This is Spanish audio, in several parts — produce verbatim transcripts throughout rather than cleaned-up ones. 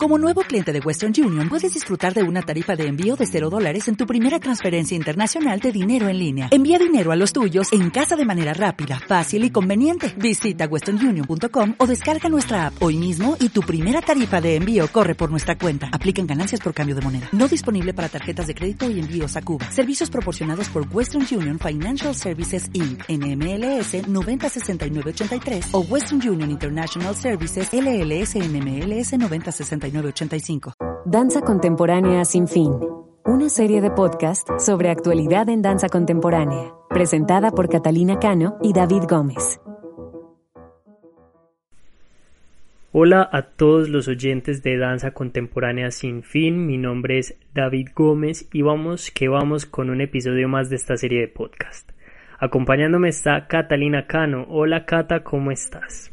Como nuevo cliente de Western Union, puedes disfrutar de una tarifa de envío de cero dólares en tu primera transferencia internacional de dinero en línea. Envía dinero a los tuyos en casa de manera rápida, fácil y conveniente. Visita western union punto com o descarga nuestra app hoy mismo y tu primera tarifa de envío corre por nuestra cuenta. Aplican ganancias por cambio de moneda. No disponible para tarjetas de crédito y envíos a Cuba. Servicios proporcionados por Western Union Financial Services incorporated. N M L S noventa sesenta y nueve ochenta y tres o Western Union International Services L L S N M L S noventa sesenta y nueve ochenta y cinco. Danza Contemporánea Sin Fin. Una serie de podcast sobre actualidad en danza contemporánea. Presentada por Catalina Cano y David Gómez. Hola a todos los oyentes de Danza Contemporánea Sin Fin. Mi nombre es David Gómez y vamos que vamos con un episodio más de esta serie de podcast. Acompañándome está Catalina Cano. Hola Cata, ¿cómo estás?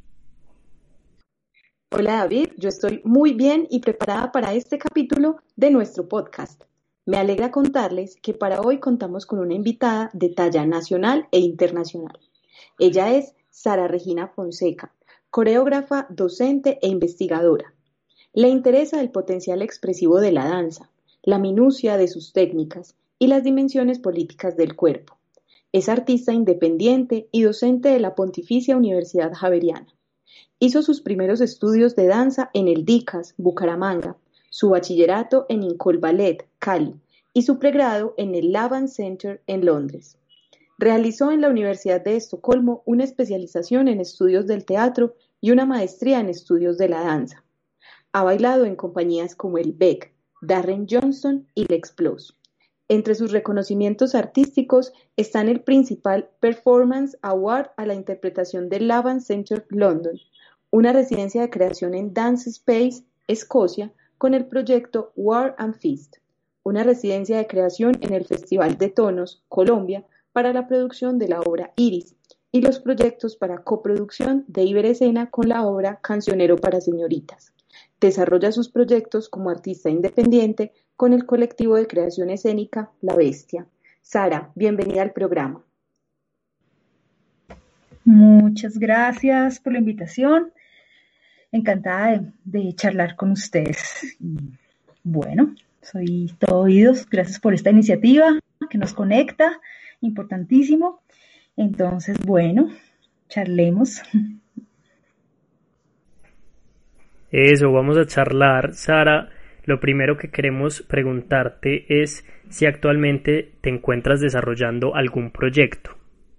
Hola David, yo estoy muy bien y preparada para este capítulo de nuestro podcast. Me alegra contarles que para hoy contamos con una invitada de talla nacional e internacional. Ella es Sara Regina Fonseca, coreógrafa, docente e investigadora. Le interesa el potencial expresivo de la danza, la minucia de sus técnicas y las dimensiones políticas del cuerpo. Es artista independiente y docente de la Pontificia Universidad Javeriana. Hizo sus primeros estudios de danza en el DICAS, Bucaramanga, su bachillerato en Incol Ballet, Cali, y su pregrado en el Laban Center en Londres. Realizó en la Universidad de Estocolmo una especialización en estudios del teatro y una maestría en estudios de la danza. Ha bailado en compañías como el Beck, Darren Johnson y Lex Plus. Entre sus reconocimientos artísticos están el principal Performance Award a la interpretación del Laban Center London, una residencia de creación en Dance Space, Escocia, con el proyecto War and Feast, una residencia de creación en el Festival de Tonos, Colombia, para la producción de la obra Iris, y los proyectos para coproducción de Iberescena con la obra Cancionero para Señoritas. Desarrolla sus proyectos como artista independiente con el colectivo de creación escénica La Bestia. Sara, bienvenida al programa. Muchas gracias por la invitación. Encantada de, de charlar con ustedes. Y bueno, soy todo oídos. Gracias por esta iniciativa que nos conecta, importantísimo. Entonces, bueno, charlemos. Eso, vamos a charlar. Sara, lo primero que queremos preguntarte es si actualmente te encuentras desarrollando algún proyecto.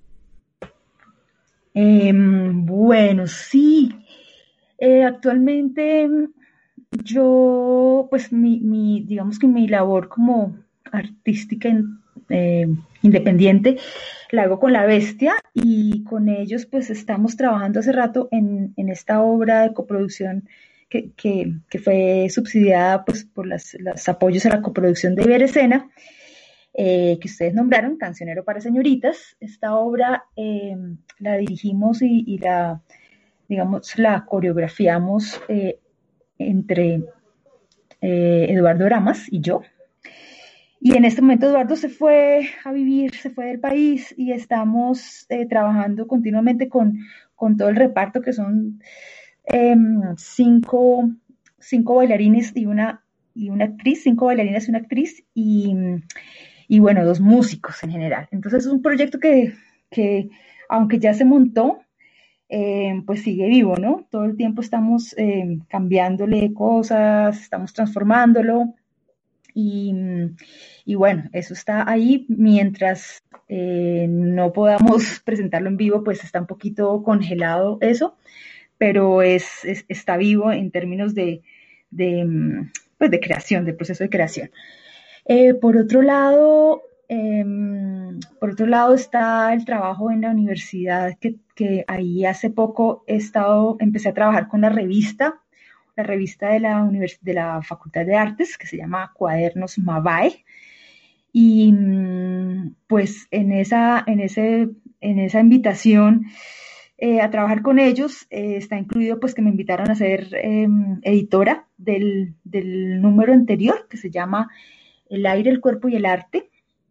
Eh, bueno, sí. Eh, actualmente yo, pues mi, mi, digamos que mi labor como artística eh, independiente la hago con La Bestia y con ellos pues estamos trabajando hace rato en, en esta obra de coproducción que, que, que fue subsidiada pues por las, los apoyos a la coproducción de Iberescena, eh, que ustedes nombraron, Cancionero para Señoritas. Esta obra eh, la dirigimos y, y la digamos, la coreografiamos eh, entre eh, Eduardo Ramas y yo. Y en este momento Eduardo se fue a vivir, se fue del país y estamos eh, trabajando continuamente con, con todo el reparto, que son eh, cinco, cinco bailarines y una, y una actriz, cinco bailarinas y una actriz, y, y bueno, dos músicos en general. Entonces es un proyecto que, que aunque ya se montó, Eh, pues sigue vivo, ¿no? Todo el tiempo estamos eh, cambiándole cosas, estamos transformándolo y, y bueno, eso está ahí. Mientras eh, no podamos presentarlo en vivo, pues está un poquito congelado eso, pero es, es está vivo en términos de, de, pues de creación, del proceso de creación. Eh, por otro lado, eh, por otro lado está el trabajo en la universidad, que, que ahí hace poco he estado, empecé a trabajar con la revista, la revista de la, univers- de la Facultad de Artes, que se llama Cuadernos Mabae, y pues en esa, en ese, en esa invitación eh, a trabajar con ellos eh, está incluido pues que me invitaron a ser eh, editora del, del número anterior, que se llama El aire, el cuerpo y el arte.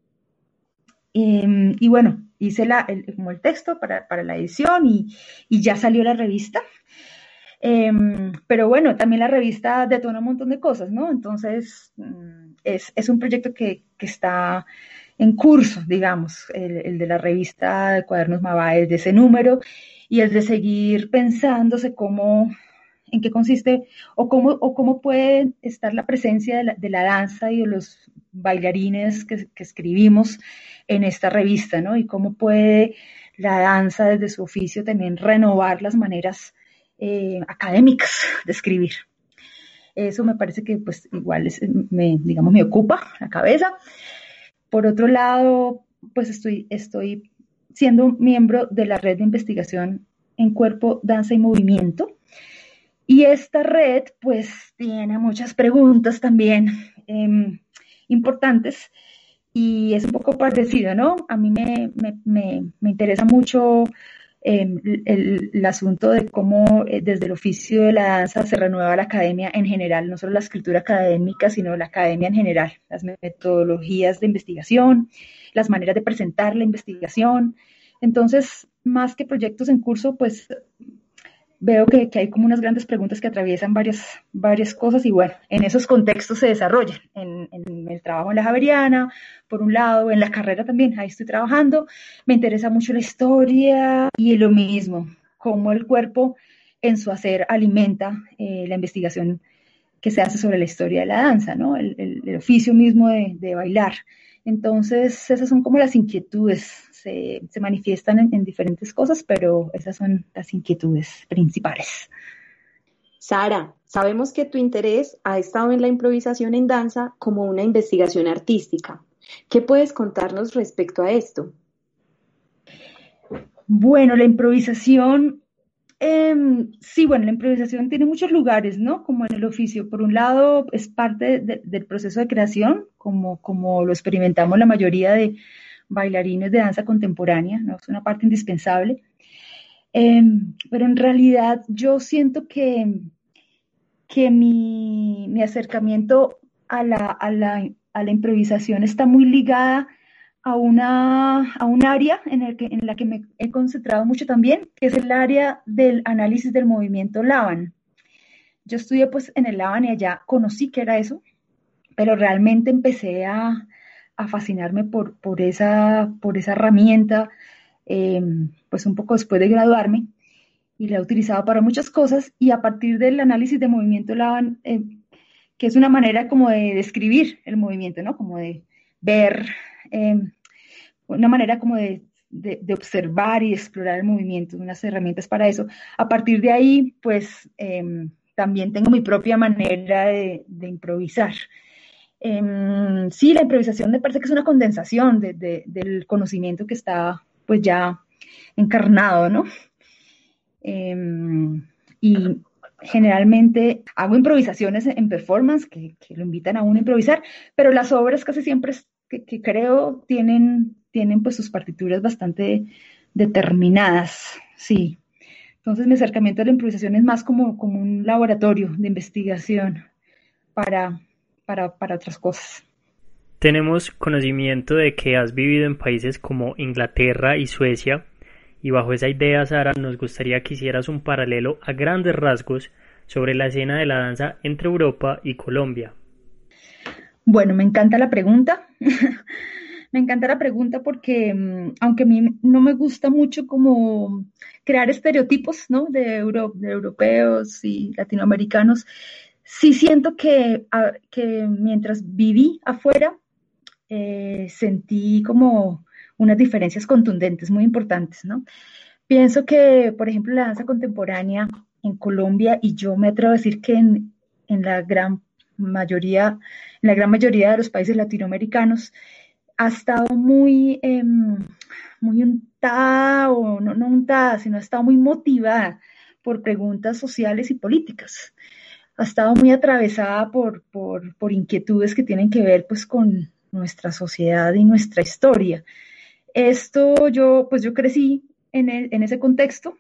Eh, y bueno, hice la, el, como el texto para, para la edición y, y ya salió la revista. Eh, pero bueno, también la revista detona un montón de cosas, ¿no? Entonces, es, es un proyecto que, que está en curso, digamos, el, el de la revista de Cuadernos Mabaes, de ese número, y el de seguir pensándose cómo, en qué consiste o cómo, o cómo puede estar la presencia de la, de la danza y de los bailarines que, que escribimos en esta revista, ¿no? Y cómo puede la danza desde su oficio también renovar las maneras eh, académicas de escribir. Eso me parece que pues igual es, me, digamos, me ocupa la cabeza. Por otro lado, pues estoy, estoy siendo miembro de la red de investigación en cuerpo, danza y movimiento. Y esta red pues tiene muchas preguntas también eh, importantes y es un poco parecido, ¿no? A mí me, me, me, me interesa mucho eh, el, el asunto de cómo eh, desde el oficio de la danza se renueva la academia en general, no solo la escritura académica, sino la academia en general, las metodologías de investigación, las maneras de presentar la investigación. Entonces, más que proyectos en curso, pues veo que, que hay como unas grandes preguntas que atraviesan varias, varias cosas y bueno, en esos contextos se desarrollan, en, en el trabajo en la Javeriana, por un lado, en la carrera también, ahí estoy trabajando, me interesa mucho la historia y lo mismo, cómo el cuerpo en su hacer alimenta eh, la investigación que se hace sobre la historia de la danza, ¿no? El, el, el oficio mismo de, de bailar. Entonces, esas son como las inquietudes, se, se manifiestan en, en diferentes cosas, pero esas son las inquietudes principales. Sara, sabemos que tu interés ha estado en la improvisación en danza como una investigación artística. ¿Qué puedes contarnos respecto a esto? Bueno, la improvisación, eh, sí, bueno, la improvisación tiene muchos lugares, ¿no? Como en el oficio. Por un lado, es parte de, del proceso de creación, como, como lo experimentamos la mayoría de bailarines de danza contemporánea, ¿no? Es una parte indispensable. Eh, pero en realidad yo siento que, que mi, mi acercamiento a la, a, la, a la improvisación está muy ligada a una, a un área en, el que, en la que me he concentrado mucho también, que es el área del análisis del movimiento Laban. Yo estudié pues en el Laban y allá conocí qué era eso, pero realmente empecé a, a fascinarme por, por, esa, por esa herramienta, eh, pues un poco después de graduarme, y la he utilizado para muchas cosas, y a partir del análisis de movimiento Laban, eh, que es una manera como de describir el movimiento, ¿no? Como de ver, eh, una manera como de, de, de observar y explorar el movimiento, unas herramientas para eso. A partir de ahí, pues, eh, también tengo mi propia manera de, de improvisar. Eh, sí, la improvisación me parece que es una condensación de, de, del conocimiento que está, pues, ya encarnado, ¿no? Eh, y generalmente hago improvisaciones en performance que, que lo invitan a uno a improvisar, pero las obras casi siempre que, que creo tienen, tienen pues sus partituras bastante determinadas, sí. Entonces mi acercamiento a la improvisación es más como, como un laboratorio de investigación para, para, para otras cosas. Tenemos conocimiento de que has vivido en países como Inglaterra y Suecia, y bajo esa idea, Sara, nos gustaría que hicieras un paralelo a grandes rasgos sobre la escena de la danza entre Europa y Colombia. Bueno, me encanta la pregunta. Me encanta la pregunta porque, aunque a mí no me gusta mucho como crear estereotipos, ¿no? de, euro, de europeos y latinoamericanos, sí siento que, a, que mientras viví afuera, eh, sentí como unas diferencias contundentes muy importantes, ¿no? Pienso que, por ejemplo, la danza contemporánea en Colombia, y yo me atrevo a decir que en, en la gran mayoría, en la gran mayoría de los países latinoamericanos, ha estado muy, eh, muy untada, o no, no untada, sino ha estado muy motivada por preguntas sociales y políticas. Ha estado muy atravesada por, por, por inquietudes que tienen que ver pues con nuestra sociedad y nuestra historia. Esto yo, pues yo crecí en, el, en ese contexto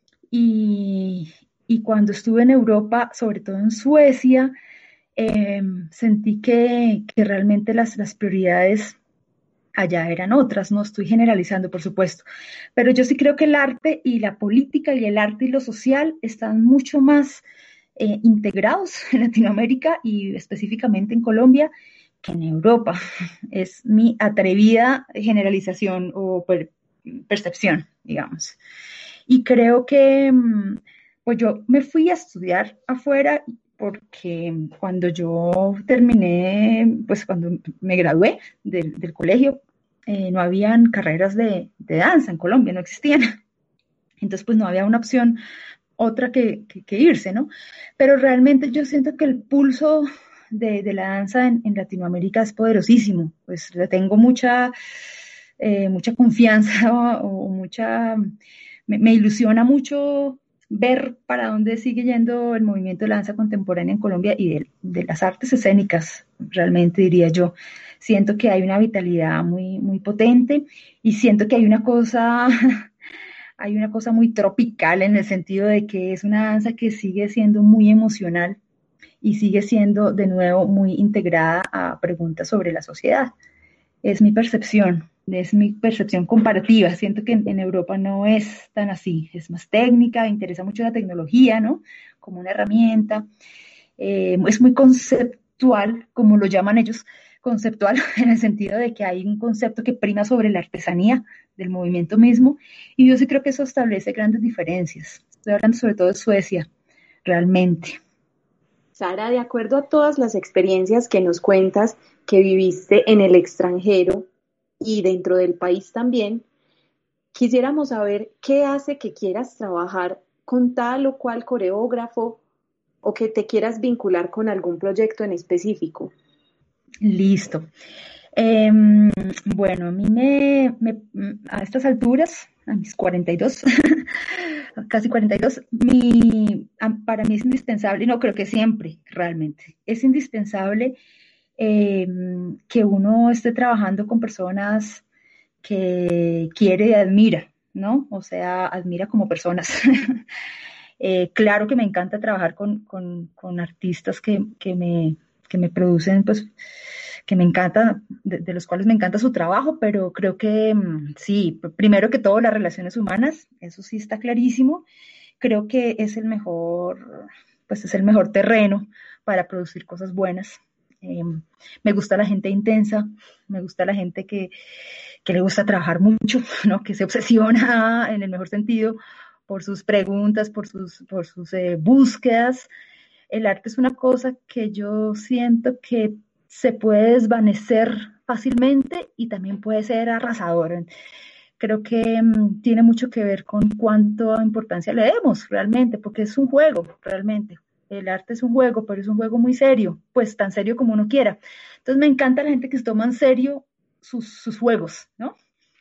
y, y cuando estuve en Europa, sobre todo en Suecia, eh, sentí que, que realmente las, las prioridades allá eran otras, no estoy generalizando, por supuesto, pero yo sí creo que el arte y la política y el arte y lo social están mucho más eh, integrados en Latinoamérica y específicamente en Colombia que en Europa. Es mi atrevida generalización o per- percepción, digamos. Y creo que pues yo me fui a estudiar afuera porque cuando yo terminé, pues cuando me gradué del, del colegio, eh, no habían carreras de, de danza en Colombia, no existían. Entonces, pues no había una opción otra que, que, que irse, ¿no? Pero realmente yo siento que el pulso de, de la danza en, en Latinoamérica es poderosísimo. Pues le tengo mucha, eh, mucha confianza o, o mucha... Me, me ilusiona mucho ver para dónde sigue yendo el movimiento de la danza contemporánea en Colombia y de, de las artes escénicas, realmente diría yo. Siento que hay una vitalidad muy, muy potente y siento que hay una cosa, hay una cosa muy tropical en el sentido de que es una danza que sigue siendo muy emocional y sigue siendo de nuevo muy integrada a preguntas sobre la sociedad. Es mi percepción, es mi percepción comparativa. Siento que en, en Europa no es tan así, es más técnica, me interesa mucho la tecnología, ¿no? Como una herramienta. Eh, es muy conceptual, como lo llaman ellos, conceptual, en el sentido de que hay un concepto que prima sobre la artesanía del movimiento mismo, y yo sí creo que eso establece grandes diferencias. Estoy hablando sobre todo de Suecia, realmente. Sara, de acuerdo a todas las experiencias que nos cuentas que viviste en el extranjero y dentro del país también, quisiéramos saber qué hace que quieras trabajar con tal o cual coreógrafo o que te quieras vincular con algún proyecto en específico. Listo. Eh, bueno, a mí me, me, a estas alturas, a mis cuarenta y dos, casi cuarenta y dos, mi, para mí es indispensable, no creo que siempre, realmente, es indispensable eh, que uno esté trabajando con personas que quiere y admira, ¿no? O sea, admira como personas. eh, claro que me encanta trabajar con, con, con artistas que, que, me, que me producen, pues, que me encanta, de, de los cuales me encanta su trabajo, pero creo que sí, primero que todo las relaciones humanas, eso sí está clarísimo, creo que es el mejor, pues es el mejor terreno para producir cosas buenas. Eh, me gusta la gente intensa, me gusta la gente que, que le gusta trabajar mucho, ¿no? Que se obsesiona en el mejor sentido por sus preguntas, por sus, por sus eh, búsquedas. El arte es una cosa que yo siento que se puede desvanecer fácilmente y también puede ser arrasador. Creo que um, tiene mucho que ver con cuánta importancia le demos realmente, porque es un juego realmente. El arte es un juego, pero es un juego muy serio, pues tan serio como uno quiera. Entonces me encanta la gente que se toma en serio sus, sus juegos, ¿no?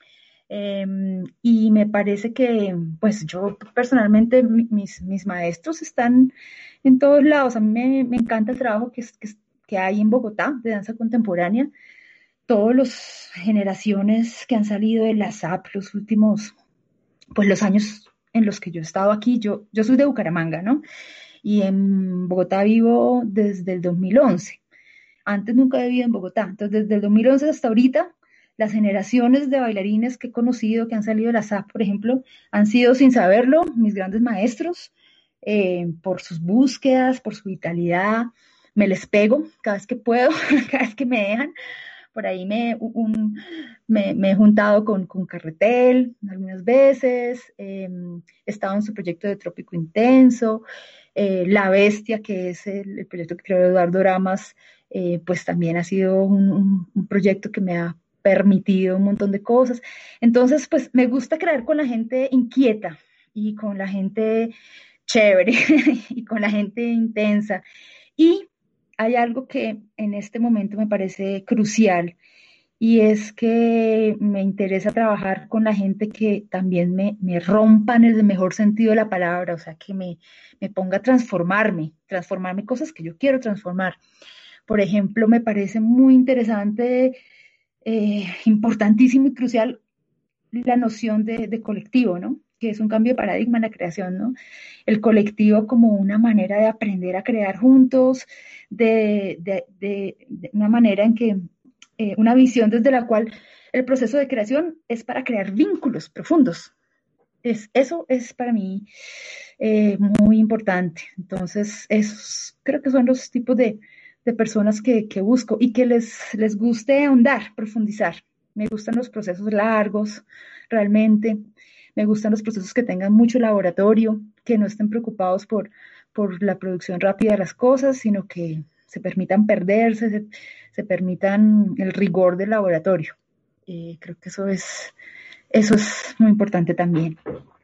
Eh, y me parece que, pues yo personalmente, mis, mis maestros están en todos lados. A mí me, me encanta el trabajo que, que, que hay en Bogotá de danza contemporánea. Todas las generaciones que han salido de la S A P los últimos, pues los años en los que yo he estado aquí, yo, yo soy de Bucaramanga, ¿no? Y en Bogotá vivo desde el dos mil once. Antes nunca he vivido en Bogotá. Entonces, desde el dos mil once hasta ahorita, las generaciones de bailarines que he conocido, que han salido de la S A P, por ejemplo, han sido, sin saberlo, mis grandes maestros, eh, por sus búsquedas, por su vitalidad. Me les pego cada vez que puedo, cada vez que me dejan. Por ahí me, un, me, me he juntado con, con Carretel algunas veces, eh, he estado en su proyecto de Trópico Intenso, eh, La Bestia, que es el, el proyecto que creó Eduardo Ramas, eh, pues también ha sido un, un, un proyecto que me ha permitido un montón de cosas. Entonces, pues me gusta crear con la gente inquieta y con la gente chévere y con la gente intensa. Y hay algo que en este momento me parece crucial y es que me interesa trabajar con la gente que también me, me rompa en el mejor sentido de la palabra, o sea, que me, me ponga a transformarme, transformarme cosas que yo quiero transformar. Por ejemplo, me parece muy interesante, eh, importantísimo y crucial la noción de, de colectivo, ¿no? Que es un cambio de paradigma en la creación, ¿no? El colectivo como una manera de aprender a crear juntos, de, de, de, de una manera en que eh, una visión desde la cual el proceso de creación es para crear vínculos profundos. Es, eso es para mí eh, muy importante. Entonces, esos creo que son los tipos de, de personas que, que busco y que les, les guste ahondar, profundizar. Me gustan los procesos largos, realmente. Me gustan los procesos que tengan mucho laboratorio, que no estén preocupados por, por la producción rápida de las cosas, sino que se permitan perderse, se, se permitan el rigor del laboratorio. Eh, creo que eso es, eso es muy importante también.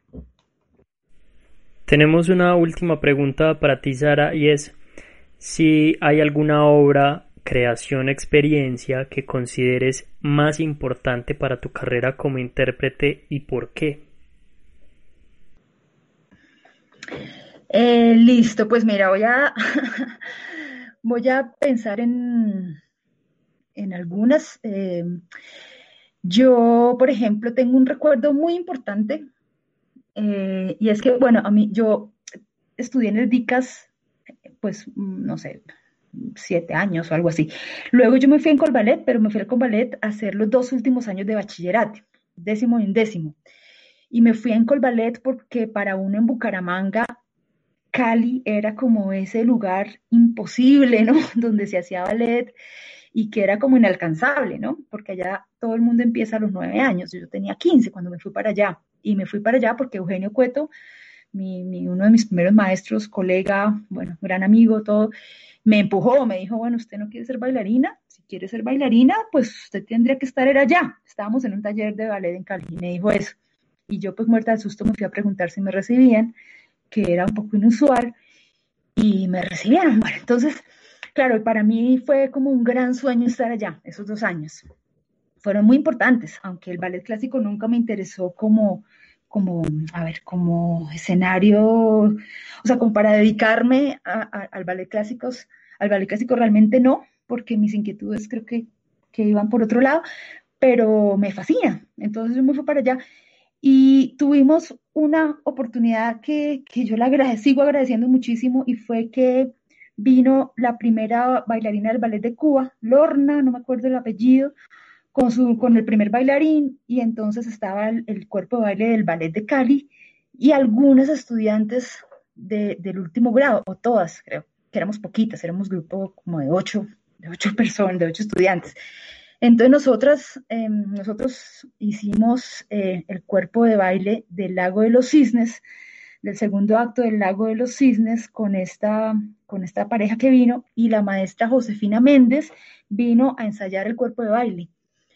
Tenemos una última pregunta para ti, Sara, y es si hay alguna obra, creación, experiencia que consideres más importante para tu carrera como intérprete y por qué. Eh, listo, pues mira, voy a voy a pensar en, en algunas. Eh, yo, por ejemplo, tengo un recuerdo muy importante eh, y es que, bueno, a mí yo estudié en el DICAS, pues, no sé, siete años o algo así. Luego yo me fui en Colballet, pero me fui al Colballet a hacer los dos últimos años de bachillerato, décimo y undécimo. Y me fui en Colballet porque para uno en Bucaramanga, Cali era como ese lugar imposible, ¿no? Donde se hacía ballet y que era como inalcanzable, ¿no? Porque allá todo el mundo empieza a los nueve años. Yo tenía quince cuando me fui para allá. Y me fui para allá porque Eugenio Cueto, mi, mi, uno de mis primeros maestros, colega, bueno, gran amigo, todo, me empujó, me dijo, bueno, usted no quiere ser bailarina, si quiere ser bailarina, pues usted tendría que estar era allá. Estábamos en un taller de ballet en Cali y me dijo eso. Y yo pues muerta del susto me fui a preguntar si me recibían, que era un poco inusual, y me recibieron. Bueno, entonces, claro, para mí fue como un gran sueño estar allá, esos dos años. Fueron muy importantes, aunque el ballet clásico nunca me interesó como, como a ver, como escenario, o sea, como para dedicarme a, a, al ballet clásico, al ballet clásico realmente no, porque mis inquietudes creo que, que iban por otro lado, pero me fascina. Entonces yo me fui para allá. Y tuvimos una oportunidad que, que yo la agrade, sigo agradeciendo muchísimo y fue que vino la primera bailarina del ballet de Cuba, Lorna, no me acuerdo el apellido, con, su, con el primer bailarín y entonces estaba el, el cuerpo de baile del ballet de Cali y algunas estudiantes de, del último grado, o todas creo, que éramos poquitas, éramos grupo como de ocho, de ocho personas, de ocho estudiantes. Entonces nosotras, eh, nosotros hicimos eh, el cuerpo de baile del Lago de los Cisnes, del segundo acto del Lago de los Cisnes con esta, con esta pareja que vino y la maestra Josefina Méndez vino a ensayar el cuerpo de baile.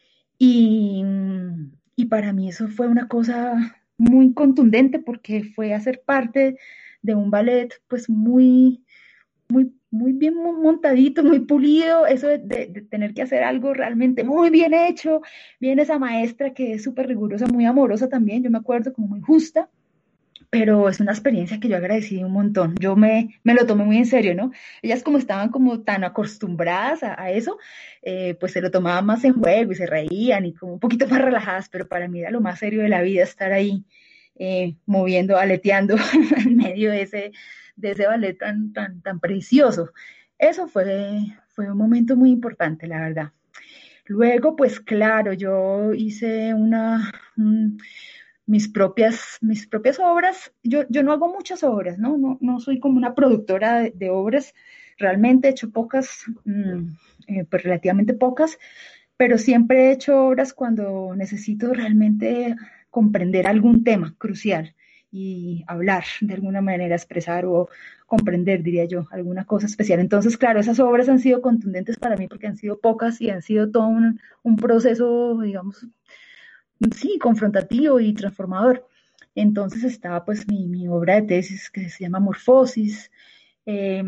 Y, y para mí eso fue una cosa muy contundente porque fue hacer parte de un ballet pues muy, muy muy bien montadito, muy pulido, eso de, de, de tener que hacer algo realmente muy bien hecho. Viene esa maestra que es súper rigurosa, muy amorosa también, yo me acuerdo, como muy justa, pero es una experiencia que yo agradecí un montón. Yo me, me lo tomé muy en serio, ¿no? Ellas como estaban como tan acostumbradas a, a eso, eh, pues se lo tomaban más en juego y se reían y como un poquito más relajadas, pero para mí era lo más serio de la vida estar ahí eh, moviendo, aleteando en medio de ese de ese ballet tan, tan, tan precioso. Eso fue, fue un momento muy importante, la verdad. Luego, pues claro, yo hice una, um, mis, propias, mis propias obras. Yo, yo no hago muchas obras, ¿no? No, no soy como una productora de, de obras. Realmente he hecho pocas, um, eh, pues relativamente pocas, pero siempre he hecho obras cuando necesito realmente comprender algún tema crucial y hablar de alguna manera, expresar o comprender, diría yo, alguna cosa especial. Entonces, claro, esas obras han sido contundentes para mí porque han sido pocas y han sido todo un, un proceso, digamos, sí, confrontativo y transformador. Entonces estaba pues mi, mi obra de tesis que se llama Morfosis, eh,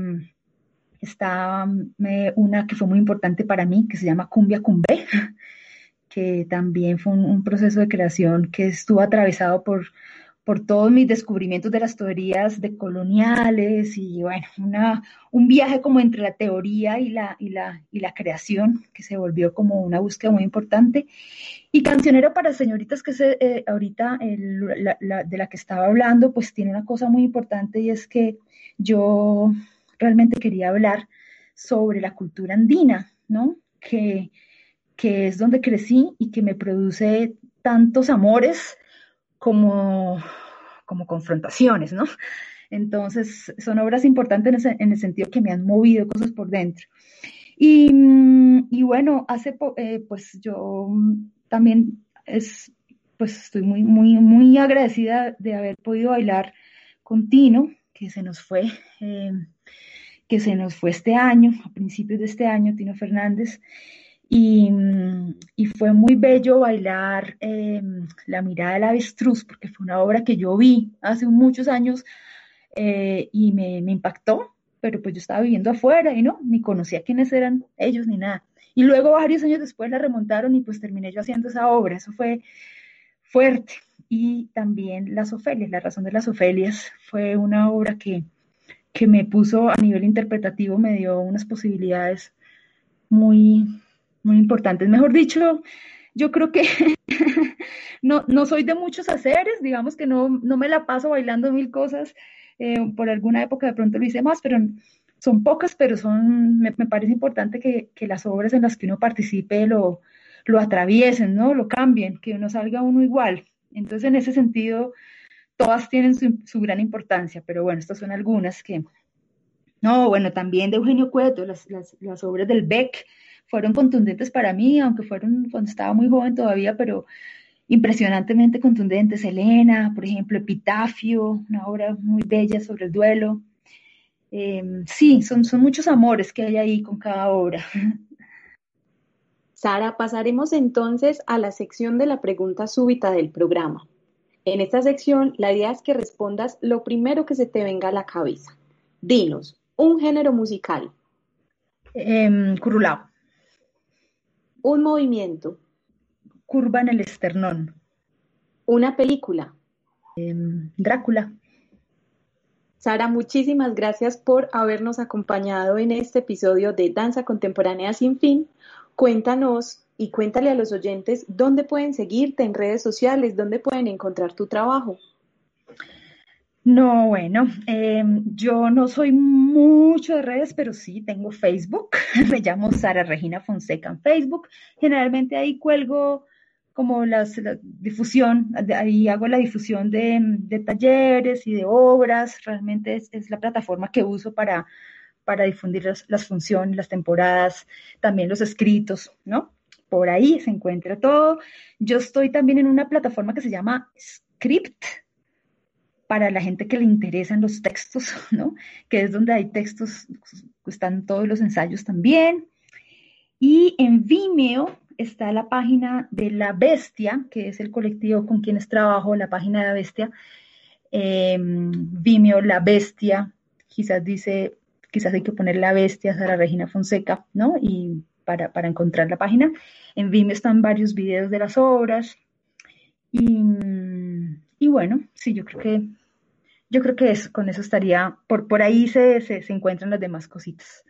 está eh, una que fue muy importante para mí que se llama Cumbia Cumbé, que también fue un, un proceso de creación que estuvo atravesado por por todos mis descubrimientos de las teorías decoloniales y bueno, una, un viaje como entre la teoría y la, y, la, y la creación que se volvió como una búsqueda muy importante. Y Cancionero para Señoritas, que es eh, ahorita el, la, la, de la que estaba hablando, pues tiene una cosa muy importante y es que yo realmente quería hablar sobre la cultura andina, ¿no? Que que es donde crecí y que me produce tantos amores como, como confrontaciones, ¿no? Entonces, son obras importantes en, ese, en el sentido que me han movido cosas por dentro. Y, y bueno, hace po eh, pues yo también es, pues estoy muy, muy, muy agradecida de haber podido bailar con Tino, que se nos fue, eh, que se nos fue este año, a principios de este año, Tino Fernández. Y, y fue muy bello bailar eh, La mirada del avestruz, porque fue una obra que yo vi hace muchos años eh, y me, me impactó, pero pues yo estaba viviendo afuera y no, ni conocía quiénes eran ellos ni nada. Y luego varios años después la remontaron y pues terminé yo haciendo esa obra. Eso fue fuerte. Y también Las Ofelias, La razón de las Ofelias, fue una obra que, que me puso a nivel interpretativo, me dio unas posibilidades muy, muy importantes. Mejor dicho, yo creo que no, no soy de muchos haceres, digamos que no, no me la paso bailando mil cosas. Eh, por alguna época de pronto lo hice más, pero son pocas, pero son, me, me parece importante que, que las obras en las que uno participe lo, lo atraviesen, ¿no? Lo cambien, que no salga uno igual. Entonces, en ese sentido, todas tienen su, su gran importancia, pero bueno, estas son algunas que... No, bueno, también de Eugenio Cueto, las, las, las obras del Beck fueron contundentes para mí, aunque fueron cuando estaba muy joven todavía, pero impresionantemente contundentes. Elena, por ejemplo, Epitafio, una obra muy bella sobre el duelo. Eh, sí, son, son muchos amores que hay ahí con cada obra. Sara, pasaremos entonces a la sección de la pregunta súbita del programa. En esta sección, la idea es que respondas lo primero que se te venga a la cabeza. Dinos, un género musical. Eh, currulao. Un movimiento. Curva en el esternón. Una película. Eh, Drácula. Sara, muchísimas gracias por habernos acompañado en este episodio de Danza Contemporánea Sin Fin. Cuéntanos y cuéntale a los oyentes dónde pueden seguirte en redes sociales, dónde pueden encontrar tu trabajo. No, bueno, eh, yo no soy mucho de redes, pero sí tengo Facebook. Me llamo Sara Regina Fonseca en Facebook. Generalmente ahí cuelgo como las, la difusión, ahí hago la difusión de, de talleres y de obras. Realmente es, es la plataforma que uso para, para difundir las, las funciones, las temporadas, también los escritos, ¿no? Por ahí se encuentra todo. Yo estoy también en una plataforma que se llama Script, para la gente que le interesan los textos, ¿no? Que es donde hay textos, están todos los ensayos también. Y en Vimeo está la página de La Bestia, que es el colectivo con quienes trabajo, la página de La Bestia. Eh, Vimeo, La Bestia, quizás dice, quizás hay que poner La Bestia, Sara Regina Fonseca, ¿no? Y para, para encontrar la página. En Vimeo están varios videos de las obras. Y... Y bueno, sí, yo creo que yo creo que eso, con eso estaría, por, por ahí se, se, se encuentran las demás cositas.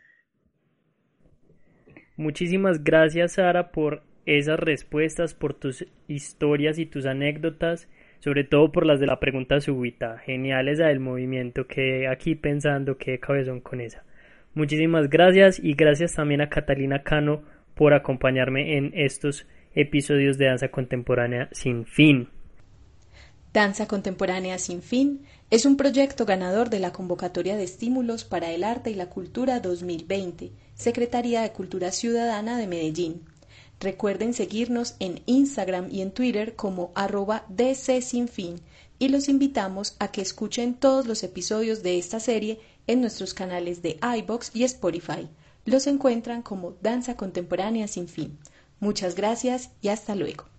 Muchísimas gracias, Sara, por esas respuestas, por tus historias y tus anécdotas, sobre todo por las de la pregunta súbita. Genial esa del movimiento, que aquí pensando qué cabezón con esa. Muchísimas gracias y gracias también a Catalina Cano por acompañarme en estos episodios de Danza Contemporánea Sin Fin. Danza Contemporánea Sin Fin es un proyecto ganador de la Convocatoria de Estímulos para el Arte y la Cultura dos mil veinte, Secretaría de Cultura Ciudadana de Medellín. Recuerden seguirnos en Instagram y en Twitter como arroba dcsinfin y los invitamos a que escuchen todos los episodios de esta serie en nuestros canales de iVoox y Spotify. Los encuentran como Danza Contemporánea Sin Fin. Muchas gracias y hasta luego.